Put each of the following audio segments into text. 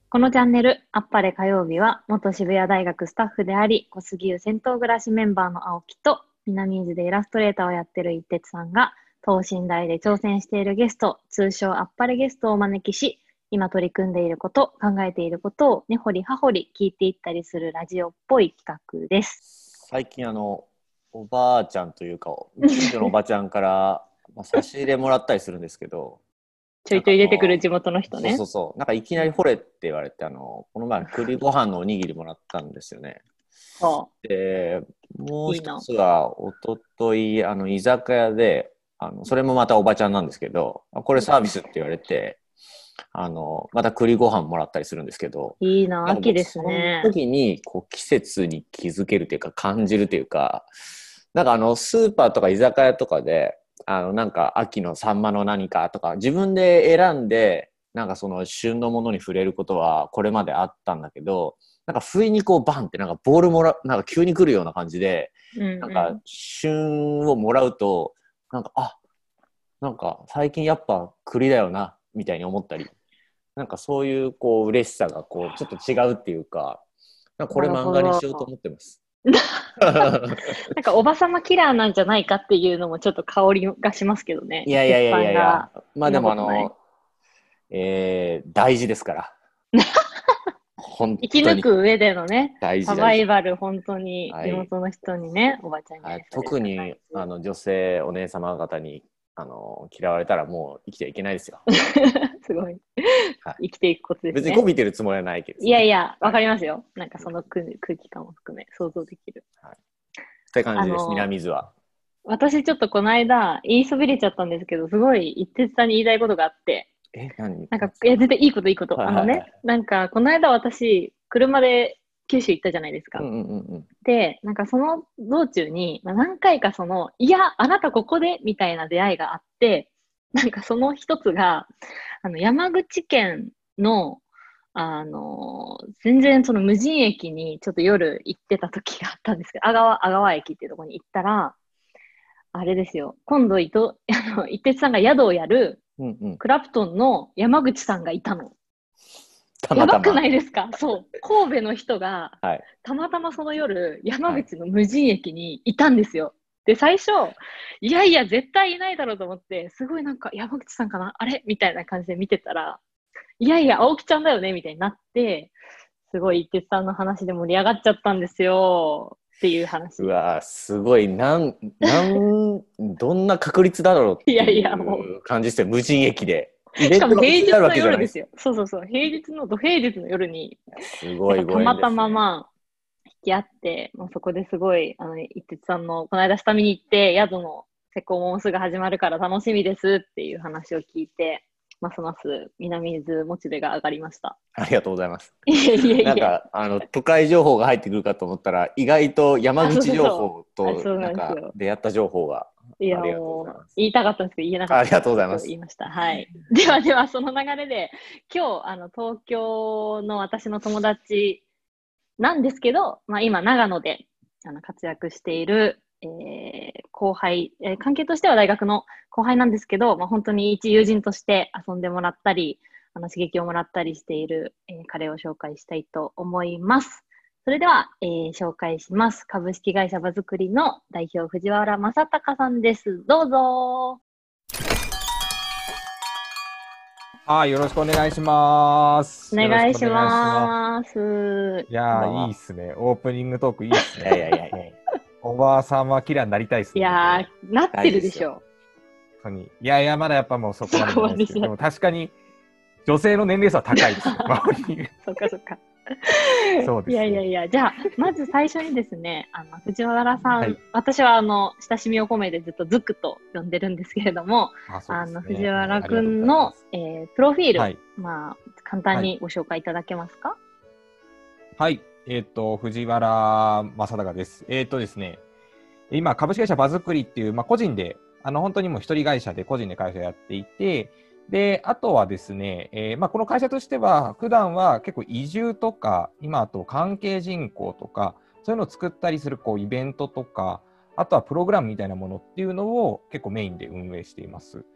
このチャンネル、あっぱれ火曜日は、元渋谷大学スタッフであり、小杉湯銭湯暮らしメンバーの青木と、南伊豆でイラストレーターをやってる一徹さんが、等身大で挑戦しているゲスト、通称あっぱれゲストをお招きし、今取り組んでいること、考えていることを根掘り葉掘り聞いていったりするラジオっぽい企画です。 最近おばあちゃんというか近所のおばちゃんから差し入れもらったりするんですけどちょいちょい出てくる地元の人ね。 そうなんかいきなり掘れって言われてこの前栗ご飯のおにぎりもらったんですよね。でもう一つはおととい居酒屋でそれもまたおばちゃんなんですけど、これサービスって言われてまた栗ご飯もらったりするんですけど、 いいな、秋ですね。 その時にこう季節に気づけるというか感じるというか、なんかスーパーとか居酒屋とかでなんか秋のサンマの何かとか自分で選んでなんかその旬のものに触れることはこれまであったんだけど、なんか不意にこうバンってなんかボールもらなんか急に来るような感じで、なんか旬をもらうとなんか最近やっぱ栗だよなみたいに思ったり、なんかそういうこう嬉しさがこうちょっと違うっていうか、なんかこれ漫画にしようと思ってます。 なんかおばさまキラーなんじゃないかっていうのもちょっと香りがしますけどね。 いや、まあでも大事ですから。本当に生き抜く上でのね、サバイ大事。 バル、本当に地元の人にね、おばちゃんに愛される特に女性お姉様方に嫌われたらもう生きてはいけないですよ。 すごい、生きていくことですね。 別にこびてるつもりはないけど、ね、 いやいや、わかりますよ。なんかその空気感を含め想像できる。 って感じです、南伊豆は。 私ちょっとこの間言いそびれちゃったんですけど、すごい一徹さんに言いたいことがあって。 何？ なんか、全然いいこと。なんか、この間私、車で九州行ったじゃないですか。で、なんかその道中に、何回かいや、あなたここでみたいな出会いがあって、なんかその一つが、山口県の、全然その無人駅にちょっと夜行ってた時があったんですけど、阿川駅っていうところに行ったら、あれですよ、今度伊哲さんが宿をやる、クラプトンの山口さんがいたの。やばくないですか？そう。神戸の人が、たまたまその夜、山口の無人駅にいたんですよ。で、最初、いやいや、絶対いないだろうと思って、すごいなんか、山口さんかなあれみたいな感じで見てたら、いやいや、青木ちゃんだよねみたいになって、すごい一徹さんの話で盛り上がっちゃったんですよ。っていう話。 うわすごいどんな確率だろうっていう感じですよ。無人駅でしかも平日の夜ですよ。そう土平日の夜にすごいご縁ですね。 たまたま引き合って、そこですごい一徹さんのこの間下見に行って宿の施工もすぐ始まるから楽しみですっていう話を聞いて、ますます南伊豆モチベが上がりました。 ありがとうございます。なんか都会情報が入ってくるかと思ったら、意外と山口情報となんか出会った情報が。 いや、もう言いたかったんですけど言えなかった。 ありがとうございます。 言いました。はい。ではその流れで今日東京の私の友達なんですけど、今長野で活躍している後輩、関係としては大学の後輩なんですけど、本当に一友人として遊んでもらったり、刺激をもらったりしている、彼を紹介したいと思います。それでは、紹介します。株式会社場づくりの代表藤原正隆さんです。どうぞ。 よろしくお願いします。 お願いします。 いやいいっすね。オープニングトークいいっすね。おばあさんはキラーになりたいっすね。 いやなってるでしょ。 本当に。いやまだやっぱもうそこまでなんですけど、でも確かに女性の年齢差は高いです。周りに。 そっか。 そうです、ね。 いや、じゃあまず最初にですね、藤原さん、私は親しみを込めてずっとズクと呼んでるんですけれども、藤原くんの、プロフィール、簡単にご紹介いただけますか？ はい、藤原正隆です。ですね、今株式会社場づくりっていう、個人で本当にもう一人会社で個人で会社やっていて、であとはですね、この会社としては普段は結構移住とか今あと関係人口とかそういうのを作ったりするイベントとか、あとはプログラムみたいなものっていうのを結構メインで運営しています。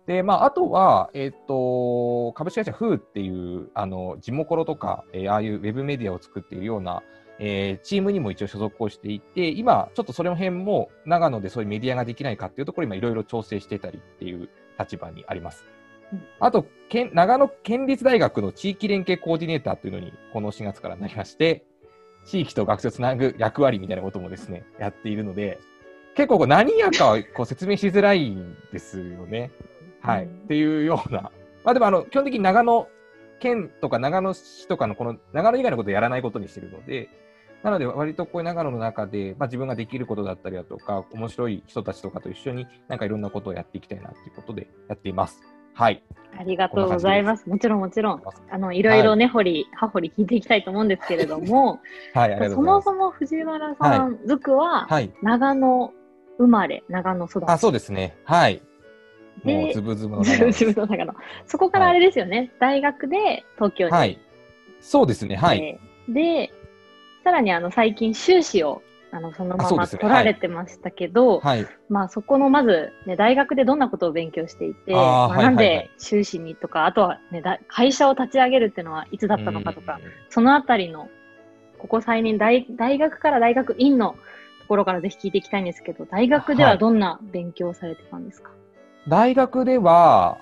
で、あとは、株式会社フーっていう、ジモコロとか、ああいうウェブメディアを作っているような、チームにも一応所属をしていて、今、ちょっとそれの辺も長野でそういうメディアができないかっていうところ、今いろいろ調整してたりっていう立場にあります。あと、長野県立大学の地域連携コーディネーターというのに、この4月からなりまして、地域と学生をつなぐ役割みたいなこともですね、やっているので、結構何やかは説明しづらいんですよね。はい。っていうような。でも基本的に長野県とか長野市とかのこの長野以外のことをやらないことにしているので、なので割とこういう長野の中で、自分ができることだったりだとか、面白い人たちとかと一緒になんかいろんなことをやっていきたいなということでやっています。はい。 ありがとうございます。もちろん。いろいろね、葉掘り聞いていきたいと思うんですけれども、 はい、ありがとうございます。 そもそも藤原さん、ズクは長野生まれ、長野育ち。 そうですね。はい。もうズブズブの長野。 そこからあれですよね。大学で東京に。 はい。そうですね。はい。 で、さらに最近修士をそのまま取られてましたけど、そこのまず、ね、大学でどんなことを勉強していて、なんで修士にとか、あとは、ね、会社を立ち上げるっていうのはいつだったのかとか、そのあたりの、ここ最近大学から大学院のところからぜひ聞いていきたいんですけど、大学ではどんな勉強をされてたんですか？ 大学では、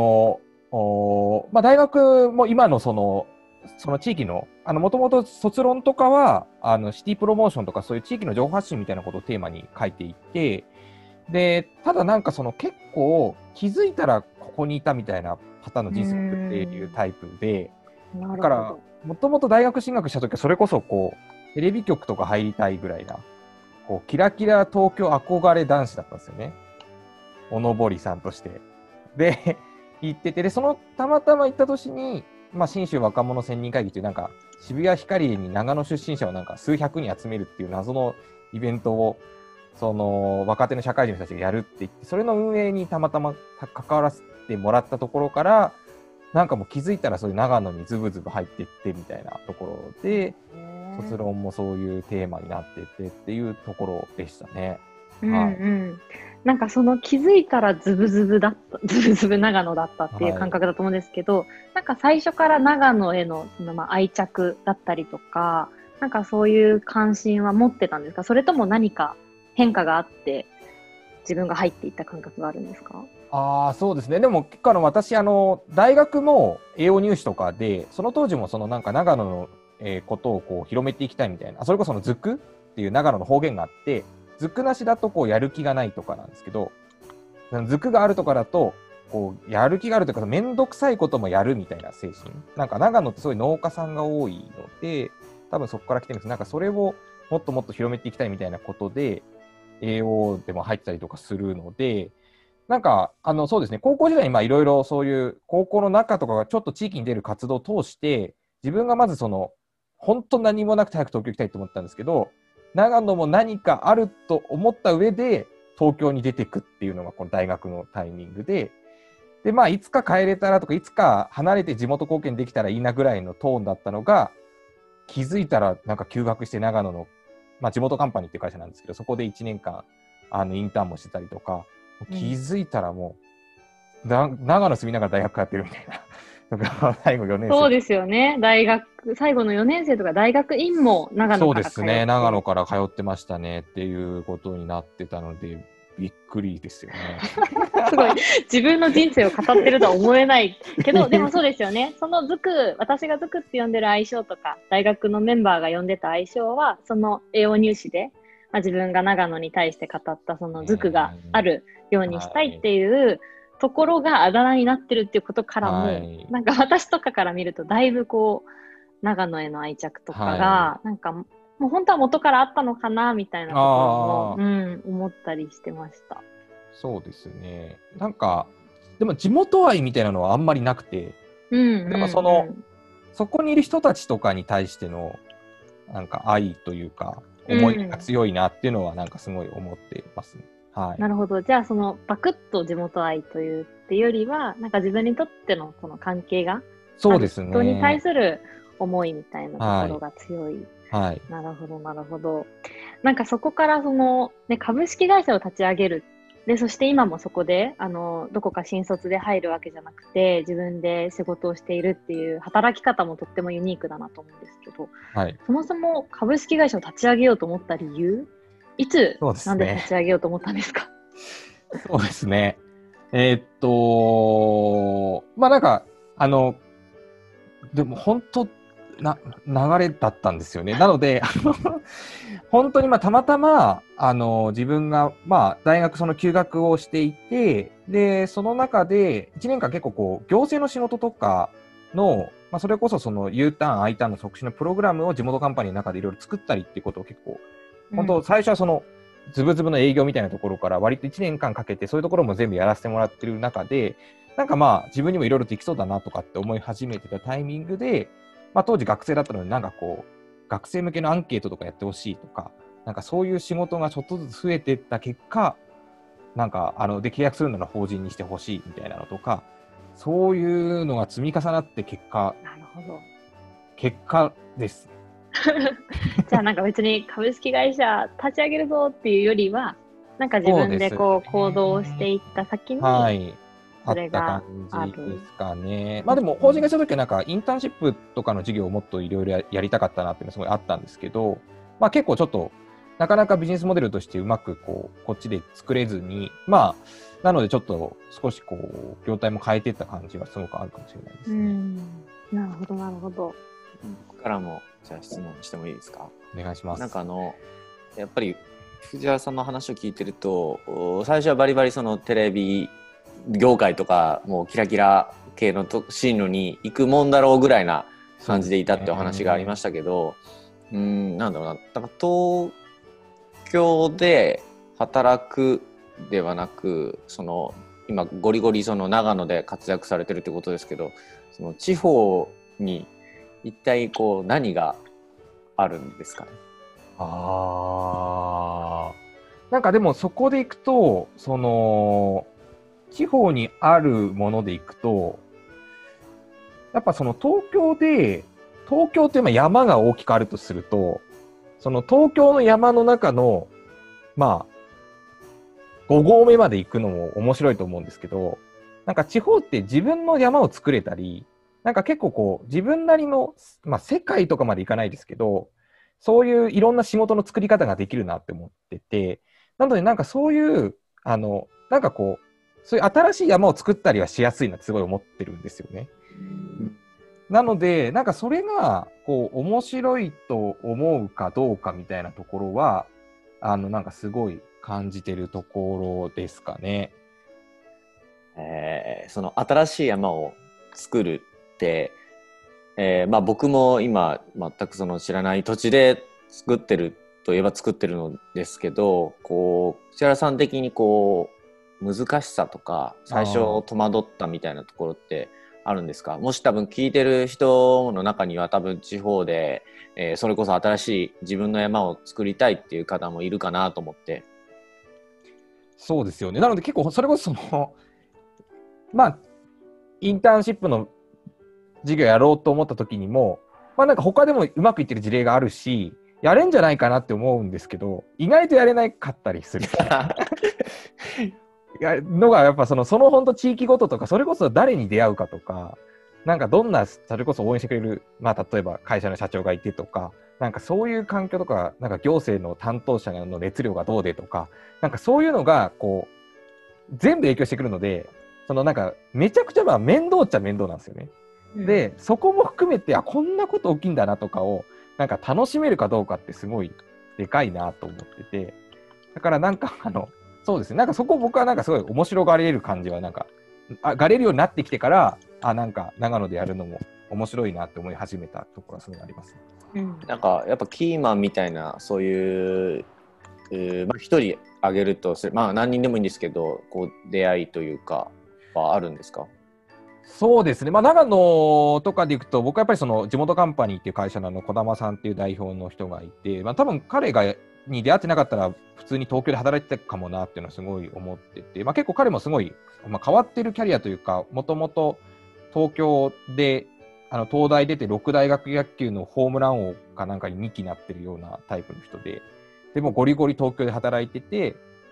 大学も今のその地域の、もともと卒論とかは、シティプロモーションとかそういう地域の情報発信みたいなことをテーマに書いていて、で、ただなんか結構気づいたらここにいたみたいなパターンの人生を送っているタイプで、だから、もともと大学進学した時はそれこそテレビ局とか入りたいぐらいな、キラキラ東京憧れ男子だったんですよね。おのぼりさんとして。で、行ってて、で、たまたま行った年に、信州若者千人会議というなんか、渋谷ヒカリエに長野出身者をなんか数百人集めるっていう謎のイベントを、若手の社会人の人たちがやるって言って、それの運営にたまたま関わらせてもらったところから、なんかもう気づいたらそういう長野にズブズブ入っていってみたいなところで、卒論もそういうテーマになっててっていうところでしたね。 なんか気づいたらズブズブ長野だったっていう感覚だと思うんですけど、なんか最初から長野への愛着だったりとか、なんかそういう関心は持ってたんですか？それとも何か変化があって自分が入っていった感覚があるんですか？ そうですね。でも私大学も栄養入試とかで、その当時もなんか長野の、ことを広めていきたいみたいな、それこそズクっていう長野の方言があって、ズクなしだとやる気がないとかなんですけど、ズクがあるとかだとやる気があるというか、めんどくさいこともやるみたいな精神。なんか長野ってすごい農家さんが多いので、多分そこから来てるんです。なんかそれをもっともっと広めていきたいみたいなことで、栄養でも入ってたりとかするので、なんかそうですね、高校時代にいろいろそういう高校の中とかがちょっと地域に出る活動を通して、自分がまず本当何もなくて早く東京行きたいと思ったんですけど、長野も何かあると思った上で東京に出ていくっていうのがこの大学のタイミングで、いつか帰れたらとか、いつか離れて地元貢献できたらいいなぐらいのトーンだったのが、気づいたらなんか休学して長野の、地元カンパニーっていう会社なんですけど、そこで1年間インターンもしてたりとか、気づいたらもう、長野住みながら大学通ってるみたいな。最後4年生。 そうですよね。最後の4年生とか大学院も長野から通って。 そうですね。長野から通ってましたねっていうことになってたので、びっくりですよね。 すごい。自分の人生を語ってるとは思えないけど、でもそうですよね。私がズクって呼んでる愛称とか、大学のメンバーが呼んでた愛称は、栄養入試で、自分が長野に対して語ったズクがあるようにしたいっていう、ところがあだ名になってるっていうことからも、なんか私とかから見るとだいぶ長野への愛着とかが、なんかもう本当は元からあったのかなみたいなところも、思ったりしてました。 そうですね。なんかでも地元愛みたいなのはあんまりなくて、でもそこにいる人たちとかに対してのなんか愛というか思いが強いなっていうのはなんかすごい思ってますね。 なるほど。じゃあバクッと地元愛というっていうよりは、なんか自分にとってのその関係が、 そうですね。 人に対する思いみたいなところが強い。なるほど、なるほど。なんかそこから株式会社を立ち上げるで、そして今もそこで、どこか新卒で入るわけじゃなくて、自分で仕事をしているっていう働き方もとってもユニークだなと思うんですけど、 はい。 そもそも株式会社を立ち上げようと思った理由、いつ、なんで立ち上げようと思ったんですか？ そうですね。まあなんか、でも本当、流れだったんですよね。なので、本当にたまたま、自分が、大学その休学をしていて、で、その中で、1年間結構行政の仕事とかの、それこそその U ターン、I ターンの促進のプログラムを地元カンパニーの中でいろいろ作ったりっていうことを結構、本当、最初はその、ズブズブの営業みたいなところから割と1年間かけてそういうところも全部やらせてもらってる中で、なんか自分にもいろいろできそうだなとかって思い始めてたタイミングで、当時学生だったので、学生向けのアンケートとかやってほしいとか、なんかそういう仕事がちょっとずつ増えていった結果、なんかで契約するなら法人にしてほしいみたいなのとか、そういうのが積み重なって結果です。 じゃあなんか別に株式会社立ち上げるぞっていうよりは、なんか自分で行動をしていった先に、 はい、あった感じですかね。でも法人がした時はなんかインターンシップとかの授業をもっといろいろやりたかったなっていうのがすごいあったんですけど、結構ちょっとなかなかビジネスモデルとしてうまくこっちで作れずに、なのでちょっと少し業態も変えていった感じはすごくあるかもしれないですね。 なるほどなるほど。 僕からもじゃあ質問してもいいですか？ お願いします。 なんかやっぱり藤原さんの話を聞いてると、最初はバリバリそのテレビ業界とかもうキラキラ系の進路に行くもんだろうぐらいな感じでいたってお話がありましたけど、なんだろうな、だから東京で働くではなく、その今ゴリゴリその長野で活躍されてるってことですけど、その地方に一体何があるんですかね？ なんかでもそこでいくと、その地方にあるものでいくと、やっぱその東京って山が大きくあるとすると、その東京の山の中の5合目まで行くのも面白いと思うんですけど、なんか地方って自分の山を作れたり、なんか結構自分なりの、世界とかまでいかないですけど、そういういろんな仕事の作り方ができるなって思ってて、なのでなんかそういう、なんかそういう新しい山を作ったりはしやすいなってすごい思ってるんですよね。なので、なんかそれが面白いと思うかどうかみたいなところは、なんかすごい感じてるところですかね。 その新しい山を作るって、僕も今全くその知らない土地で作ってるといえば作ってるのですけど、藤原さん的に難しさとか最初戸惑ったみたいなところってあるんですか？もし多分聞いてる人の中には多分地方で、それこそ新しい自分の山を作りたいっていう方もいるかなと思って。 そうですよね。なので結構それこそインターンシップの授業やろうと思った時にも、なんか他でもうまくいってる事例があるし、やれんじゃないかなって思うんですけど、意外とやれなかったりするのがやっぱその本当地域ごととか、それこそ誰に出会うかとか、なんかどんなそれこそ応援してくれる、例えば会社の社長がいてとか、なんかそういう環境とか、なんか行政の担当者の熱量がどうでとか、なんかそういうのが全部影響してくるので、なんかめちゃくちゃ面倒っちゃ面倒なんですよね。で、そこも含めて、こんなこと起きんだなとかを、なんか楽しめるかどうかってすごいでかいなと思ってて、だからなんかそうですね、なんかそこ僕はなんかすごい面白がれる感じはなんか、がれるようになってきてから、なんか長野でやるのも面白いなって思い始めたところはすごいあります、 なんかやっぱキーマンみたいな、そういう一人挙げると何人でもいいんですけど、出会いというかはあるんですか？ そうですね、長野とかでいくと、僕はやっぱりその地元カンパニーっていう会社の児玉さんっていう代表の人がいて、多分彼に出会ってなかったら普通に東京で働いてたかもなっていうのはすごい思ってて、結構彼もすごい、変わってるキャリアというか、もともと東京で東大出て6大学野球のホームラン王かなんかに2期なってるようなタイプの人で、でもゴリゴリ東京で働いてて、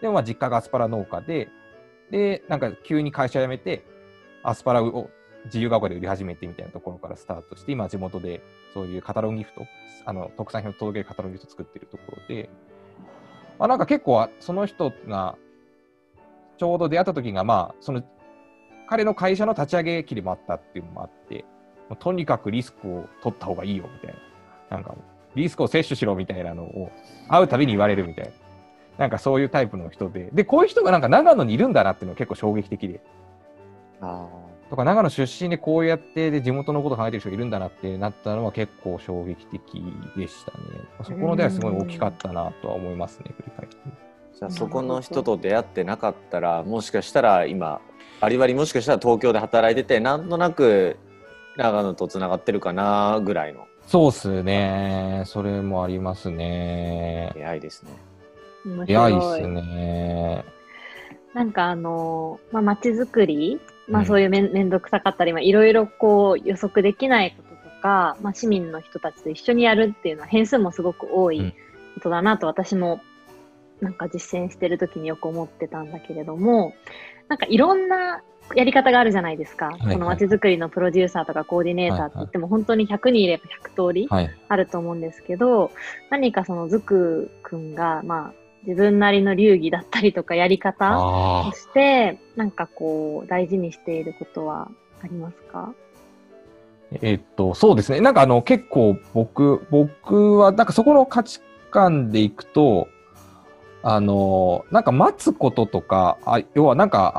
でもまあ実家がアスパラ農家で、なんか急に会社辞めて、アスパラを自由が丘で売り始めてみたいなところからスタートして、今地元でそういうカタログギフト、特産品を届けるカタログギフト作ってるところで、まあ、なんか結構その人がちょうど出会った時が、まあその彼の会社の立ち上げ期でもあったっていうのもあって、とにかくリスクを取った方がいいよみたいな、なんかリスクを摂取しろみたいなのを会うたびに言われるみたいな、なんかそういうタイプの人で、こういう人がなんか長野にいるんだなっていうのが結構衝撃的で。とか長野出身でこうやってで地元のこと考えてる人がいるんだなってなったのは結構衝撃的でしたね。そこの出会いはすごい大きかったなとは思いますね、振り返って。 じゃあそこの人と出会ってなかったら、もしかしたら今バリバリもしかしたら東京で働いてて、なんとなく長野とつながってるかなぐらいの。 そうっすね、それもありますね。 出会いですね。 出会いですね。 なんか街づくり、そういうめんどくさかったり、いろいろこう予測できないこととか、市民の人たちと一緒にやるっていうのは変数もすごく多いことだなと私もなんか実践してる時によく思ってたんだけれども、なんかいろんなやり方があるじゃないですか。この街づくりのプロデューサーとかコーディネーターって言っても本当に100人いれば100通りあると思うんですけど、何かそのズク君が自分なりの流儀だったりとかやり方として、なんかこう大事にしていることはありますか？ そうですね。なんか結構僕はなんかそこの価値観でいくと、なんか待つこととか、要はなんか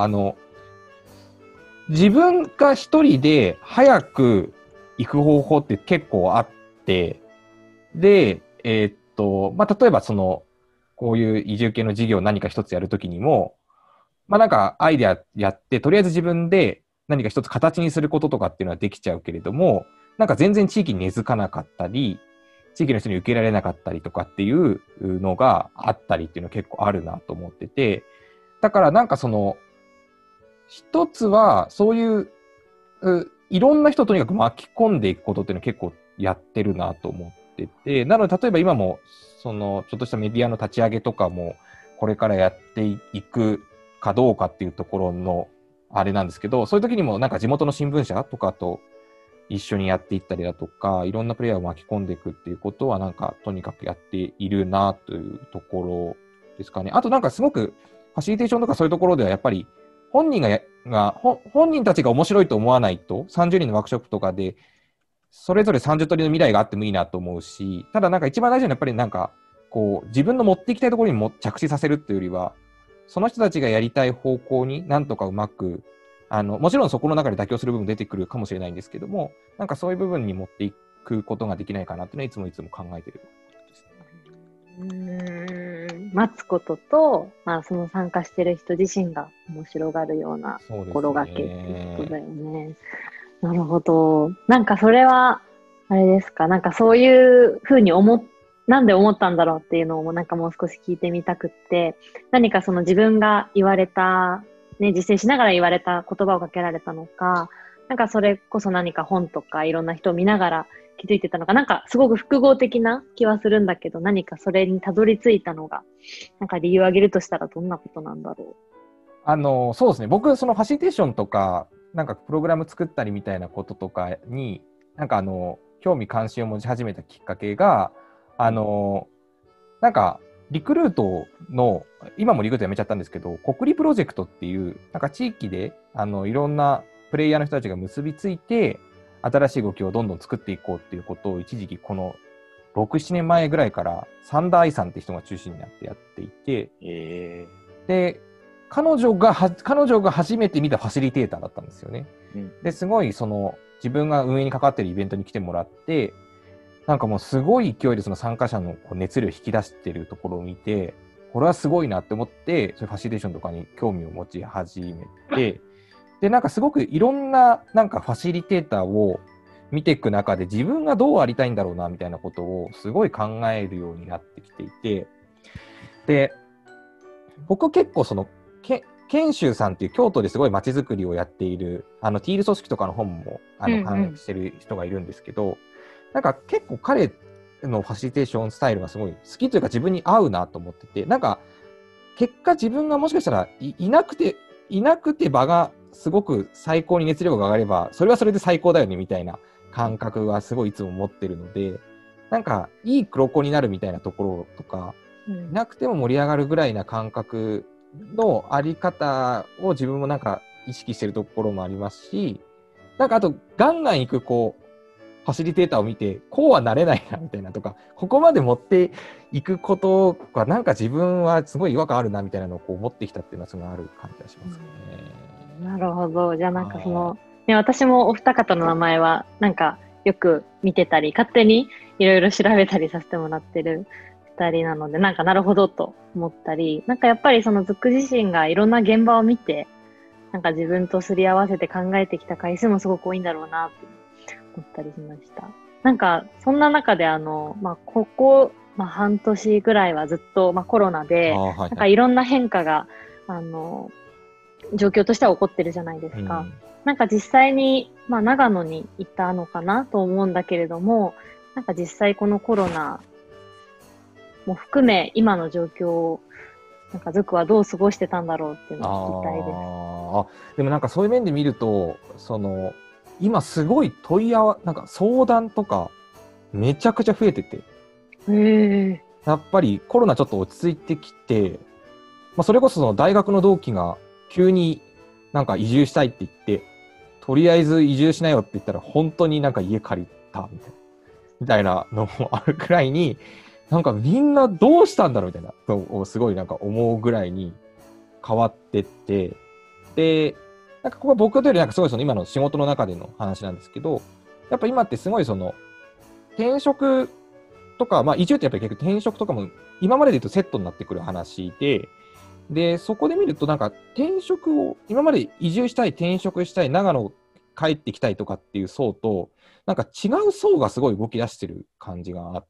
自分が一人で早く行く方法って結構あって、で、例えばこういう移住系の事業を何か一つやるときにも、なんかアイデアやって、とりあえず自分で何か一つ形にすることとかっていうのはできちゃうけれども、なんか全然地域に根付かなかったり、地域の人に受けられなかったりとかっていうのがあったりっていうのは結構あるなと思ってて、だからなんか一つはそういういろんな人をとにかく巻き込んでいくことっていうのは結構やってるなと思ってて、なので例えば今もちょっとしたメディアの立ち上げとかもこれからやっていくかどうかっていうところのあれなんですけど、そういう時にもなんか地元の新聞社とかと一緒にやっていったりだとか、いろんなプレイヤーを巻き込んでいくっていうことはなんかとにかくやっているなというところですかね。あとなんかすごくファシリテーションとかそういうところではやっぱり本人たちが面白いと思わないと、30人のワークショップとかでそれぞれ30通りの未来があってもいいなと思うし、ただなんか一番大事なのはやっぱりなんかこう自分の持っていきたいところにも着地させるっていうよりは、その人たちがやりたい方向になんとかうまくもちろんそこの中で妥協する部分出てくるかもしれないんですけども、なんかそういう部分に持っていくことができないかなっていうのはいつも考えてるですね。待つことと、その参加してる人自身が面白がるような心がけっていうことだよね。なるほど。なんかそれはあれですか、なんかそういうふうになんで思ったんだろうっていうのをなんかもう少し聞いてみたくって、何かその自分が言われた実践しながら言われた言葉をかけられたのか、なんかそれこそ何か本とかいろんな人を見ながら気づいてたのか、なんかすごく複合的な気はするんだけど、何かそれにたどり着いたのが、なんか理由を挙げるとしたらどんなことなんだろう。そうですね。僕、そのファシリテーションとか、なんかプログラム作ったりみたいなこととかに、なんか興味関心を持ち始めたきっかけが、なんか、リクルートの、今もリクルートやめちゃったんですけど、国立プロジェクトっていう、なんか地域で、いろんなプレイヤーの人たちが結びついて、新しい動きをどんどん作っていこうっていうことを、一時期この6、7年前ぐらいから、サンダーアイさんって人が中心になってやっていて、で、彼女が初めて見たファシリテーターだったんですよね。ですごい、自分が運営に関わっているイベントに来てもらって、なんかもうすごい勢いでその参加者の熱量を引き出してるところを見て、これはすごいなって思って、そういうファシリテーションとかに興味を持ち始めて、で、なんかすごくいろんななんかファシリテーターを見ていく中で自分がどうありたいんだろうなみたいなことをすごい考えるようになってきていて、で、僕結構賢秀さんっていう京都ですごい街づくりをやっている、ティール組織とかの本も翻訳してる人がいるんですけど、なんか結構彼のファシリテーションスタイルがすごい好きというか自分に合うなと思ってて、なんか結果自分がもしかしたらいなくて場がすごく最高に熱量が上がれば、それはそれで最高だよねみたいな感覚はすごいいつも持ってるので、なんかいい黒子になるみたいなところとか、いなくても盛り上がるぐらいな感覚のあり方を自分もなんか意識してるところもありますし、なんかあとガンガン行くこうファシリテーターを見てこうはなれないなみたいなとか、ここまで持っていくことがなんか自分はすごい違和感あるなみたいなのをこう持ってきたっていうのはすごいある感じがしますね。 なるほど。じゃあなんかその、ね、私もお二方の名前はなんかよく見てたり、勝手にいろいろ調べたりさせてもらってる二人なので、なんかなるほどと思ったり、なんかやっぱりそのズック自身がいろんな現場を見て、なんか自分とすり合わせて考えてきた回数もすごく多いんだろうなって思ったりしました。なんかそんな中でここ、半年ぐらいはずっと、コロナで、なんかいろんな変化が状況としては起こってるじゃないですか。なんか実際に、長野にいたのかなと思うんだけれども、なんか実際このコロナも含め今の状況をなんかズクはどう過ごしてたんだろうっていうのを聞きたいです。 でもなんかそういう面で見ると、その今すごいなんか相談とかめちゃくちゃ増えてて、やっぱりコロナちょっと落ち着いてきて、それこそその大学の同期が急になんか移住したいって言って、とりあえず移住しなよって言ったら本当になんか家借りたみたいなのもあるくらいに、なんかみんなどうしたんだろうみたいなのをすごいなんか思うぐらいに変わってって、で、なんかここは僕とよりなんかすごいその今の仕事の中での話なんですけど、やっぱ今ってすごいその転職とか、移住ってやっぱり結局転職とかも今までで言うとセットになってくる話で、そこで見るとなんか転職を、今まで移住したい、転職したい、長野帰ってきたいとかっていう層と、なんか違う層がすごい動き出してる感じがあって、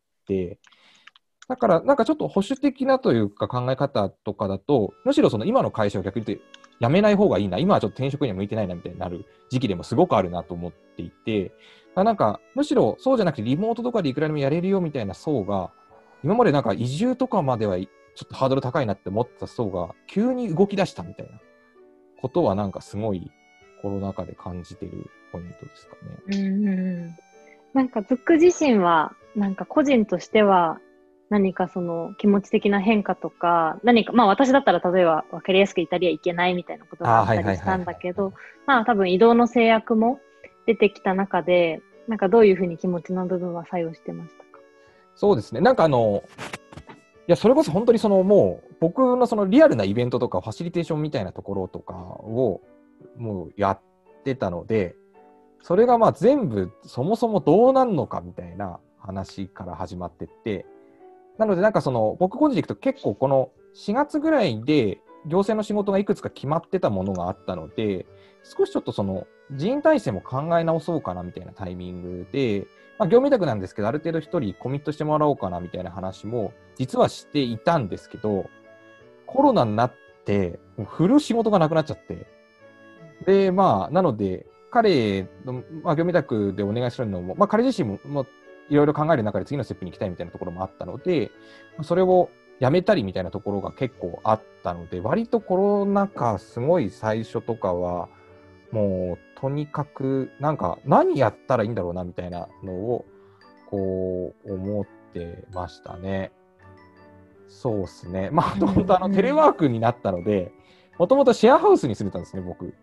だからなんかちょっと保守的なというか考え方とかだと、むしろその今の会社を逆に言って辞めない方がいいな、今はちょっと転職には向いてないなみたいになる時期でもすごくあるなと思っていて、なんかむしろそうじゃなくてリモートとかでいくらでもやれるよみたいな層が、今までなんか移住とかまではちょっとハードル高いなって思ってた層が急に動き出したみたいなことはなんかすごいコロナ禍で感じてるポイントですかね。 なんかズック自身はなんか個人としては何かその気持ち的な変化とか、何か、私だったら例えば分かりやすくイタリア行けないみたいなことがあったりしたんだけど、多分移動の制約も出てきた中で、なんかどういうふうに気持ちの部分は作用してましたか？ そうですね。なんかいや、それこそ本当にそのもう僕のそのリアルなイベントとかファシリテーションみたいなところとかをもうやってたので、それが全部そもそもどうなんのかみたいな話から始まってって、なのでなんかその僕個人でいくと結構この4月ぐらいで行政の仕事がいくつか決まってたものがあったので、少しちょっとその人員体制も考え直そうかなみたいなタイミングで、業務委託なんですけど、ある程度一人コミットしてもらおうかなみたいな話も実はしていたんですけど、コロナになってもうフル仕事がなくなっちゃって、でなので彼の、業務委託でお願いするのも、彼自身もいろいろ考える中で次のステップに行きたいみたいなところもあったので、それをやめたりみたいなところが結構あったので、割とコロナ禍すごい最初とかはもうとにかくなんか何やったらいいんだろうなみたいなのをこう思ってましたね。そうですね。本当テレワークになったので、もともとシェアハウスに住んでたんですね、僕。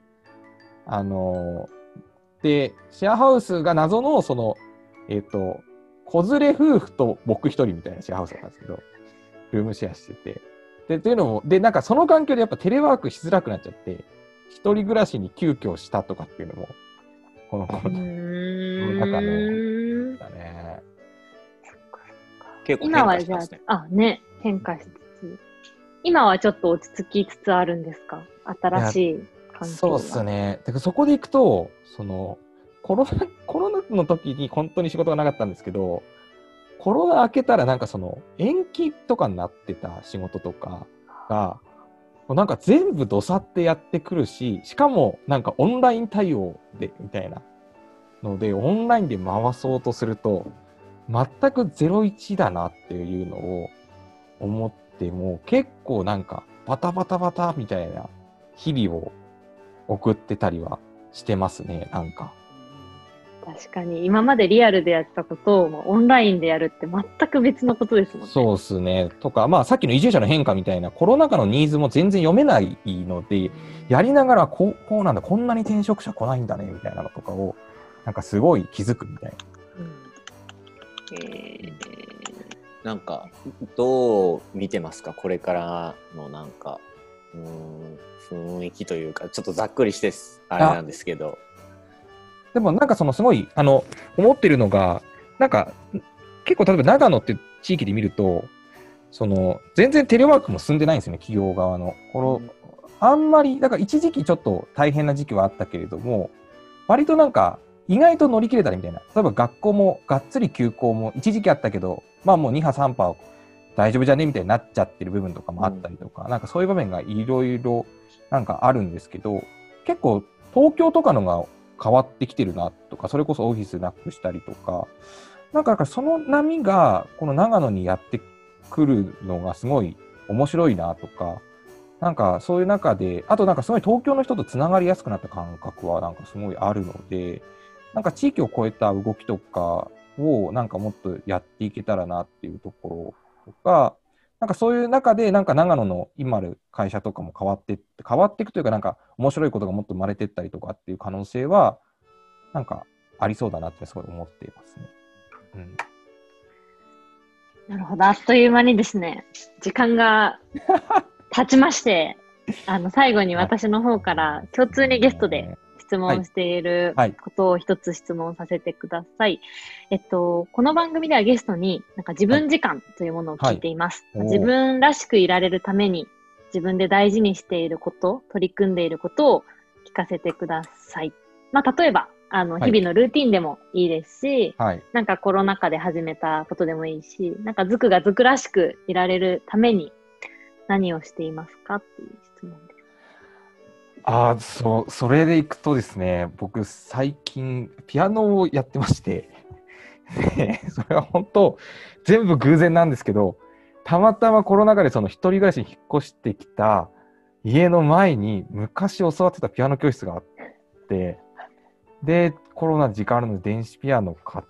でシェアハウスが謎のその子連れ夫婦と僕一人みたいなシェアハウスだったんですけど、ルームシェアしてて。というのも、なんかその環境でやっぱテレワークしづらくなっちゃって、一人暮らしに急遽したとかっていうのも、この中の、だね。 結構今はじゃあ、変化しつつ。今はちょっと落ち着きつつあるんですか？新しい環境が。 そうですね。そこでいくと、その、コロナの時に本当に仕事がなかったんですけど、コロナ明けたらなんかその延期とかになってた仕事とかがなんか全部どさってやってくるし、しかもなんかオンライン対応でみたいなので、オンラインで回そうとすると全く01だなっていうのを思って、もう結構なんかバタバタバタみたいな日々を送ってたりはしてますね、なんか。 確かに、今までリアルでやってたことをオンラインでやるって全く別のことですもんね。 そうですね。とか、まあさっきの移住者の変化みたいなコロナ禍のニーズも全然読めないので、やりながらこうなんだ、こんなに転職者来ないんだね、みたいなのとかを、なんかすごい気づくみたいな。 なんかどう見てますか、これからのなんか雰囲気というか、ちょっとざっくりしてあれなんですけど。 でもなんかすごい思ってるのが、なんか結構例えば長野って地域で見ると、全然テレワークも進んでないんですよね、企業側の。あんまりだから一時期ちょっと大変な時期はあったけれども、割となんか意外と乗り切れたりみたいな。例えば学校もがっつり休校も一時期あったけど、まあもう2波3波大丈夫じゃねみたいになっちゃってる部分とかもあったりとか、なんかそういう場面がいろいろなんかあるんですけど、結構東京とかのが変わってきてるなとか、それこそオフィスなくしたりとか、なんかその波がこの長野にやってくるのがすごい面白いなとか、なんかそういう中で、あとなんかすごい東京の人とつながりやすくなった感覚はなんかすごいあるので、なんか地域を超えた動きとかをなんかもっとやっていけたらなっていうところとか、なんかそういう中でなんか長野の今ある会社とかも変わっていくというか、なんか面白いことがもっと生まれていったりとかっていう可能性はなんかありそうだなってすごい思っていますね。 なるほど。あっという間にですね、時間が経ちまして、最後に私の方から共通にゲストで質問していることを一つ質問させてください。この番組ではゲストになんか自分時間というものを聞いています。自分らしくいられるために自分で大事にしていること、取り組んでいることを聞かせてください。まあ、例えば、日々のルーティンでもいいですし、なんかコロナ禍で始めたことでもいいし、なんかズクがズクらしくいられるために何をしていますかっていう質問です。 それでいくとですね、僕最近ピアノをやってましてそれは本当全部偶然なんですけど、たまたまコロナ禍で一人暮らしに引っ越してきた家の前に昔教わってたピアノ教室があって、でコロナで時間あるので電子ピアノ買って、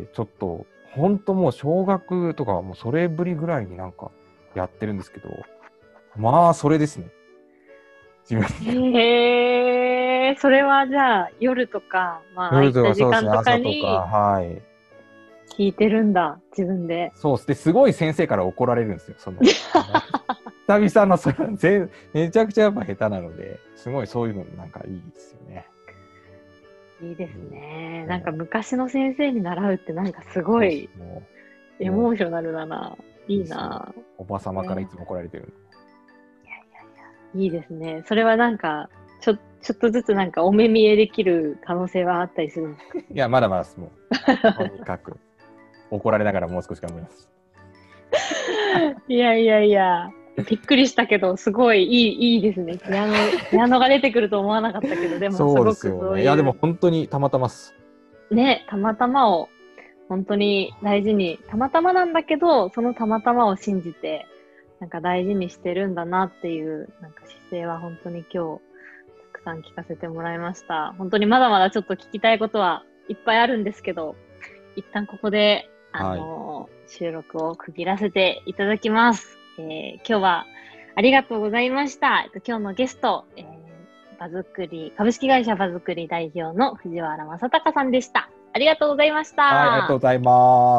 ちょっと本当もう小学とかもうそれぶりぐらいになんかやってるんですけど、まあそれですね。 それはじゃあ夜とか、まあ空いた時間とかに弾いてるんだ、自分で。 そうです。すごい先生から怒られるんですよ。久々のめちゃくちゃやっぱ下手なので、すごいそういうのなんかいいですよね。 いいですね。なんか昔の先生に習うってなんかすごいエモーショナルだな。いいな。 おばさまからいつも怒られてる。 いいですね。それはなんか、ちょっとずつなんかお目見えできる可能性はあったりするんですか？ いや、まだまだです。もう、とにかく、怒られながらもう少し頑張ります。 いや、びっくりしたけど、すごいいいですね。ピアノが出てくると思わなかったけど、でもすごくそういう。 いや、でも本当にたまたまっす。 ね、たまたまを本当に大事に、たまたまなんだけど、そのたまたまを信じて、なんか大事にしてるんだなっていうなんか姿勢は本当に今日たくさん聞かせてもらいました。本当にまだまだちょっと聞きたいことはいっぱいあるんですけど、一旦ここで収録を区切らせていただきます。今日はありがとうございました。今日のゲスト、株式会社場づくり代表の藤原正隆さんでした。ありがとうございました。 はい、ありがとうございます。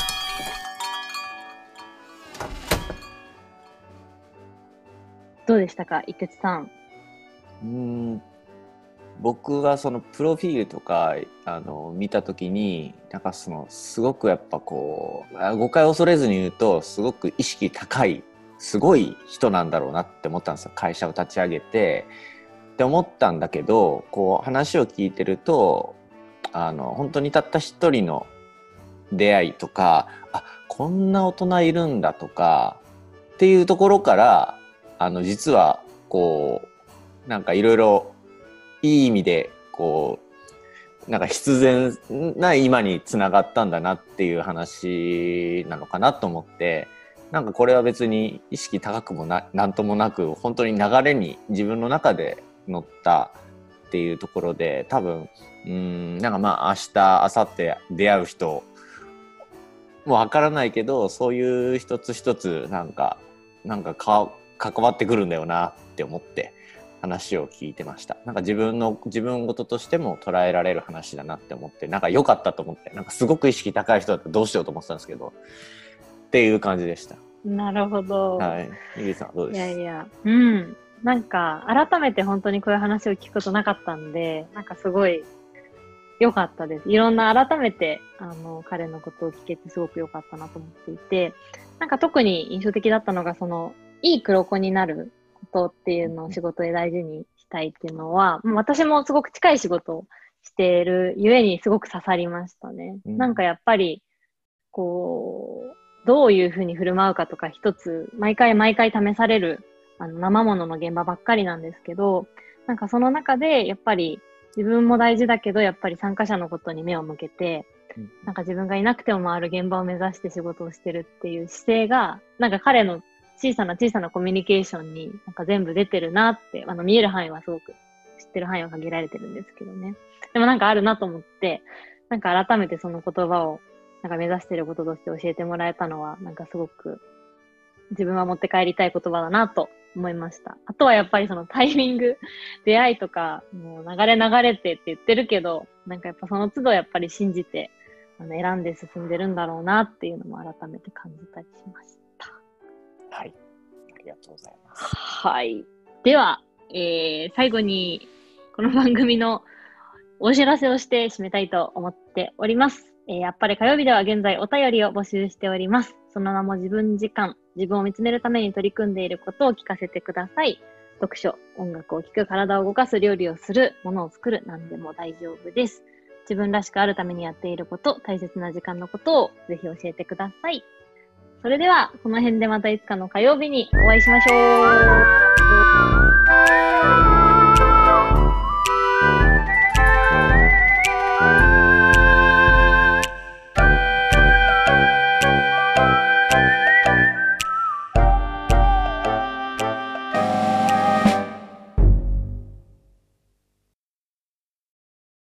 どうでしたか、一徹さん。 僕がそのプロフィールとか見たときに、なんかすごくやっぱこう誤解を恐れずに言うと、すごく意識高いすごい人なんだろうなって思ったんですよ。会社を立ち上げてって思ったんだけど、こう話を聞いてると本当にたった一人の出会いとか、こんな大人いるんだとかっていうところから実はこうなんかいろいろいい意味でこうなんか必然な今につながったんだなっていう話なのかなと思って、 なんかこれは別に意識高くもなんともなく、本当に流れに自分の中で乗ったっていうところで、多分なんかまあ明日明後日出会う人もわからないけど、そういう一つ一つなんか関わってくるんだよなって思って話を聞いてました。なんか自分事としても捉えられる話だなって思って、なんか良かったと思って、なんかすごく意識高い人だったらどうしようと思ってたんですけどっていう感じでした。 なるほど。 はい。ゆりさんはどうですか？ いや、なんか改めて本当にこういう話を聞くことなかったんで、なんかすごい良かったです。いろんな改めて彼のことを聞けてすごく良かったなと思っていて、なんか特に印象的だったのが、いい黒子になることっていうのを仕事で大事にしたいっていうのは、私もすごく近い仕事をしているゆえにすごく刺さりましたね。なんかやっぱりこうどういうふうに振る舞うかとか、一つ毎回試される生ものの現場ばっかりなんですけど、なんかその中でやっぱり自分も大事だけど、やっぱり参加者のことに目を向けて、なんか自分がいなくても回る現場を目指して仕事をしてるっていう姿勢が、なんか彼の小さなコミュニケーションになんか全部出てるなって、見える範囲はすごく知ってる範囲は限られてるんですけどね。でもなんかあるなと思って、なんか改めてその言葉をなんか目指してることとして教えてもらえたのは、なんかすごく自分は持って帰りたい言葉だなと思いました。あとはやっぱりそのタイミング、出会いとか、もう流れてって言ってるけど、なんかやっぱその都度やっぱり信じて選んで進んでるんだろうなっていうのも改めて感じたりしました。 はい。ありがとうございます。 はい。では、最後にこの番組のお知らせをして締めたいと思っております。やっぱり火曜日では現在お便りを募集しております。その名も自分時間、自分を見つめるために取り組んでいることを聞かせてください。読書、音楽を聴く、体を動かす、料理をする、物を作る、何でも大丈夫です。自分らしくあるためにやっていること、大切な時間のことをぜひ教えてください。それでは、この辺でまたいつかの火曜日にお会いしましょう。